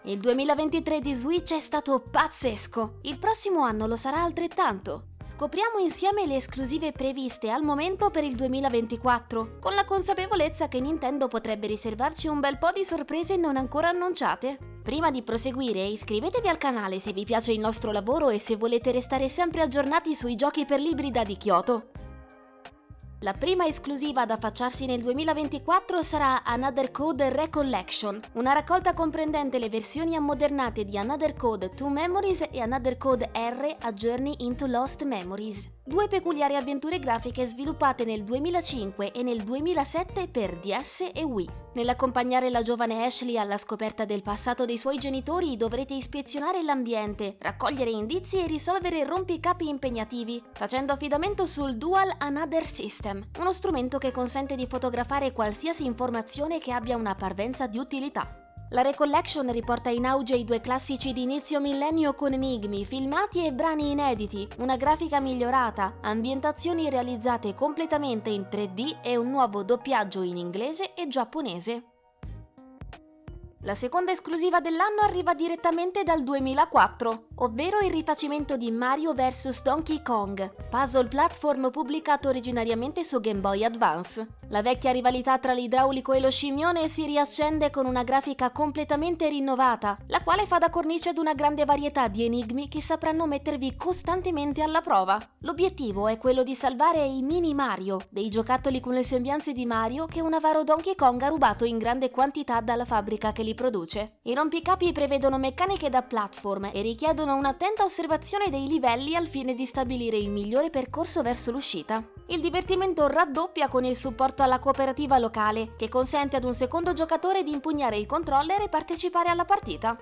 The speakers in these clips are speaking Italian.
Il 2023 di Switch è stato pazzesco, il prossimo anno lo sarà altrettanto. Scopriamo insieme le esclusive previste al momento per il 2024, con la consapevolezza che Nintendo potrebbe riservarci un bel po' di sorprese non ancora annunciate. Prima di proseguire, iscrivetevi al canale se vi piace il nostro lavoro e se volete restare sempre aggiornati sui giochi per l'ibrida di Kyoto. La prima esclusiva ad affacciarsi nel 2024 sarà Another Code Recollection, una raccolta comprendente le versioni ammodernate di Another Code 2 Memories e Another Code R A Journey into Lost Memories, due peculiari avventure grafiche sviluppate nel 2005 e nel 2007 per DS e Wii. Nell'accompagnare la giovane Ashley alla scoperta del passato dei suoi genitori dovrete ispezionare l'ambiente, raccogliere indizi e risolvere rompicapi impegnativi, facendo affidamento sul Dual Another System, uno strumento che consente di fotografare qualsiasi informazione che abbia una parvenza di utilità. La Recollection riporta in auge i due classici di inizio millennio con enigmi, filmati e brani inediti, una grafica migliorata, ambientazioni realizzate completamente in 3D e un nuovo doppiaggio in inglese e giapponese. La seconda esclusiva dell'anno arriva direttamente dal 2004, ovvero il rifacimento di Mario vs Donkey Kong, puzzle platform pubblicato originariamente su Game Boy Advance. La vecchia rivalità tra l'idraulico e lo scimmione si riaccende con una grafica completamente rinnovata, la quale fa da cornice ad una grande varietà di enigmi che sapranno mettervi costantemente alla prova. L'obiettivo è quello di salvare i mini Mario, dei giocattoli con le sembianze di Mario che un avaro Donkey Kong ha rubato in grande quantità dalla fabbrica che li produce. I rompicapi prevedono meccaniche da platform e richiedono un'attenta osservazione dei livelli al fine di stabilire il migliore percorso verso l'uscita. Il divertimento raddoppia con il supporto alla cooperativa locale, che consente ad un secondo giocatore di impugnare il controller e partecipare alla partita.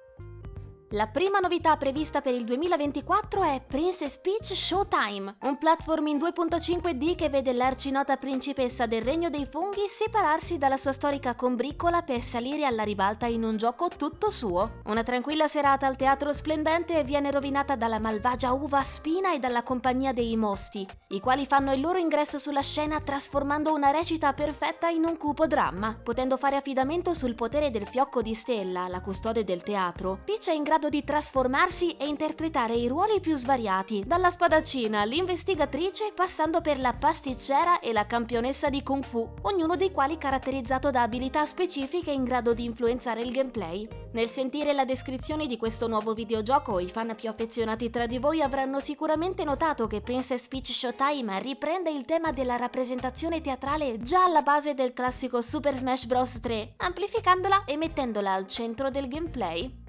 La prima novità prevista per il 2024 è Princess Peach Showtime, un platform in 2.5D che vede l'arcinota principessa del Regno dei Funghi separarsi dalla sua storica combriccola per salire alla ribalta in un gioco tutto suo. Una tranquilla serata al teatro splendente viene rovinata dalla malvagia uva spina e dalla compagnia dei Mosti, i quali fanno il loro ingresso sulla scena trasformando una recita perfetta in un cupo dramma. Potendo fare affidamento sul potere del fiocco di Stella, la custode del teatro, Peach è in grado di trasformarsi e interpretare i ruoli più svariati, dalla spadaccina all'investigatrice passando per la pasticcera e la campionessa di Kung Fu, ognuno dei quali caratterizzato da abilità specifiche in grado di influenzare il gameplay. Nel sentire la descrizione di questo nuovo videogioco, i fan più affezionati tra di voi avranno sicuramente notato che Princess Peach Showtime riprende il tema della rappresentazione teatrale già alla base del classico Super Smash Bros. 3, amplificandola e mettendola al centro del gameplay.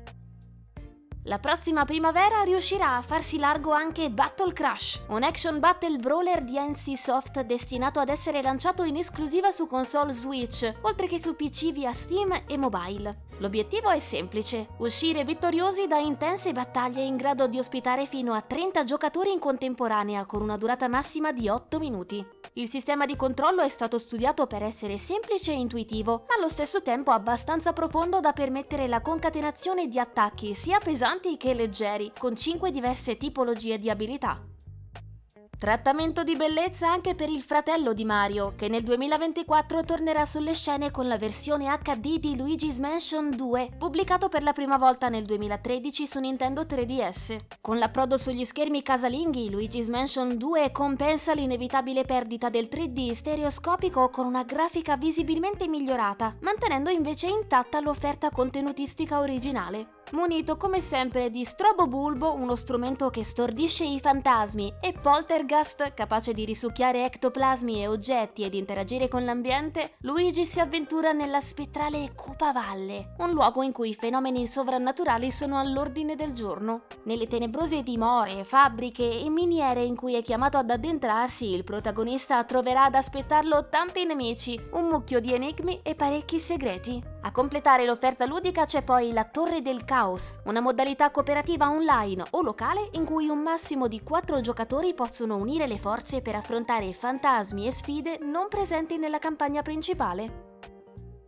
La prossima primavera riuscirà a farsi largo anche Battle Crush, un action battle brawler di NCSoft destinato ad essere lanciato in esclusiva su console Switch, oltre che su PC via Steam e mobile. L'obiettivo è semplice: uscire vittoriosi da intense battaglie in grado di ospitare fino a 30 giocatori in contemporanea con una durata massima di 8 minuti. Il sistema di controllo è stato studiato per essere semplice e intuitivo, ma allo stesso tempo abbastanza profondo da permettere la concatenazione di attacchi sia pesanti che leggeri, con 5 diverse tipologie di abilità. Trattamento di bellezza anche per il fratello di Mario, che nel 2024 tornerà sulle scene con la versione HD di Luigi's Mansion 2, pubblicato per la prima volta nel 2013 su Nintendo 3DS. Con l'approdo sugli schermi casalinghi, Luigi's Mansion 2 compensa l'inevitabile perdita del 3D stereoscopico con una grafica visibilmente migliorata, mantenendo invece intatta l'offerta contenutistica originale. Munito come sempre di Strobo Bulbo, uno strumento che stordisce i fantasmi, e Poltergust, capace di risucchiare ectoplasmi e oggetti ed interagire con l'ambiente, Luigi si avventura nella spettrale Koopa Valle, un luogo in cui i fenomeni sovrannaturali sono all'ordine del giorno. Nelle tenebrose dimore, fabbriche e miniere in cui è chiamato ad addentrarsi, il protagonista troverà ad aspettarlo tanti nemici, un mucchio di enigmi e parecchi segreti. A completare l'offerta ludica c'è poi la Torre del Caos, una modalità cooperativa online o locale in cui un massimo di 4 giocatori possono unire le forze per affrontare fantasmi e sfide non presenti nella campagna principale.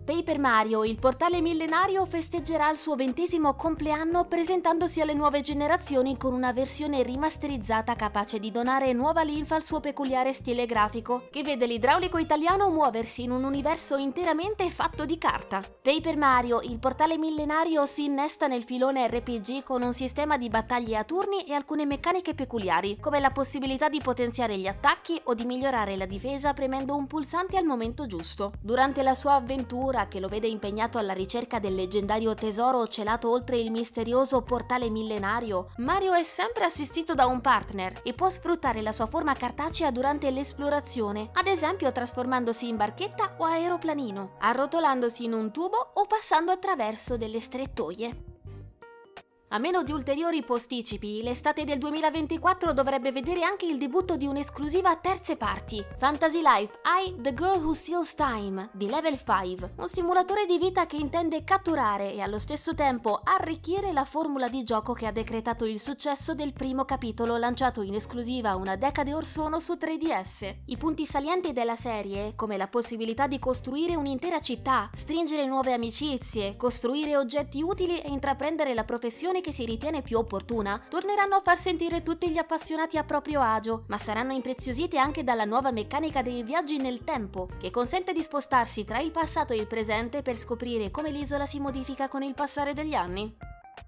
Paper Mario, il portale millenario, festeggerà il suo 20° compleanno presentandosi alle nuove generazioni con una versione rimasterizzata capace di donare nuova linfa al suo peculiare stile grafico, che vede l'idraulico italiano muoversi in un universo interamente fatto di carta. Paper Mario, il portale millenario, si innesta nel filone RPG con un sistema di battaglie a turni e alcune meccaniche peculiari, come la possibilità di potenziare gli attacchi o di migliorare la difesa premendo un pulsante al momento giusto. Durante la sua avventura, che lo vede impegnato alla ricerca del leggendario tesoro celato oltre il misterioso portale millenario, Mario è sempre assistito da un partner e può sfruttare la sua forma cartacea durante l'esplorazione, ad esempio trasformandosi in barchetta o aeroplanino, arrotolandosi in un tubo o passando attraverso delle strettoie. A meno di ulteriori posticipi, l'estate del 2024 dovrebbe vedere anche il debutto di un'esclusiva a terze parti, Fantasy Life I, The Girl Who Steals Time, di Level 5, un simulatore di vita che intende catturare e allo stesso tempo arricchire la formula di gioco che ha decretato il successo del primo capitolo lanciato in esclusiva una decade or sono su 3DS. I punti salienti della serie, come la possibilità di costruire un'intera città, stringere nuove amicizie, costruire oggetti utili e intraprendere la professione che si ritiene più opportuna, torneranno a far sentire tutti gli appassionati a proprio agio, ma saranno impreziosite anche dalla nuova meccanica dei viaggi nel tempo, che consente di spostarsi tra il passato e il presente per scoprire come l'isola si modifica con il passare degli anni.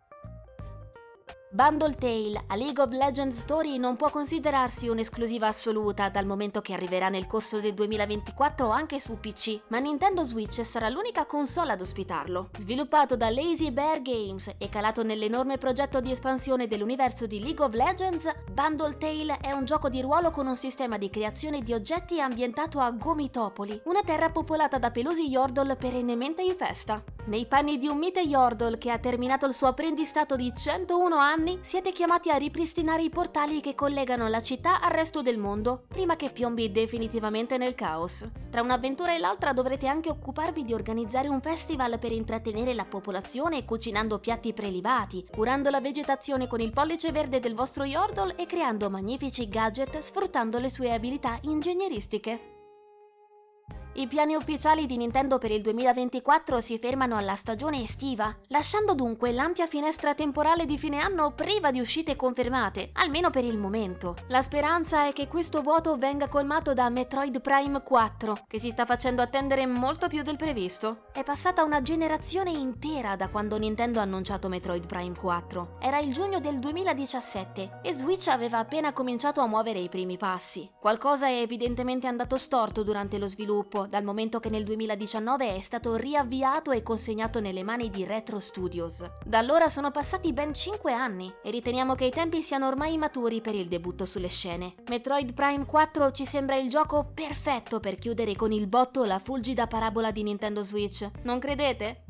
Bundle Tale, a League of Legends Story, non può considerarsi un'esclusiva assoluta dal momento che arriverà nel corso del 2024 anche su PC, ma Nintendo Switch sarà l'unica console ad ospitarlo. Sviluppato da Lazy Bear Games e calato nell'enorme progetto di espansione dell'universo di League of Legends, Bundle Tale è un gioco di ruolo con un sistema di creazione di oggetti ambientato a Gomitopoli, una terra popolata da pelosi Yordle perennemente in festa. Nei panni di un mite Yordle che ha terminato il suo apprendistato di 101 anni, siete chiamati a ripristinare i portali che collegano la città al resto del mondo, prima che piombi definitivamente nel caos. Tra un'avventura e l'altra dovrete anche occuparvi di organizzare un festival per intrattenere la popolazione cucinando piatti prelibati, curando la vegetazione con il pollice verde del vostro Yordle e creando magnifici gadget sfruttando le sue abilità ingegneristiche. I piani ufficiali di Nintendo per il 2024 si fermano alla stagione estiva, lasciando dunque l'ampia finestra temporale di fine anno priva di uscite confermate, almeno per il momento. La speranza è che questo vuoto venga colmato da Metroid Prime 4, che si sta facendo attendere molto più del previsto. È passata una generazione intera da quando Nintendo ha annunciato Metroid Prime 4. Era il giugno del 2017 e Switch aveva appena cominciato a muovere i primi passi. Qualcosa è evidentemente andato storto durante lo sviluppo, dal momento che nel 2019 è stato riavviato e consegnato nelle mani di Retro Studios. Da allora sono passati ben 5 anni e riteniamo che i tempi siano ormai maturi per il debutto sulle scene. Metroid Prime 4 ci sembra il gioco perfetto per chiudere con il botto la fulgida parabola di Nintendo Switch, non credete?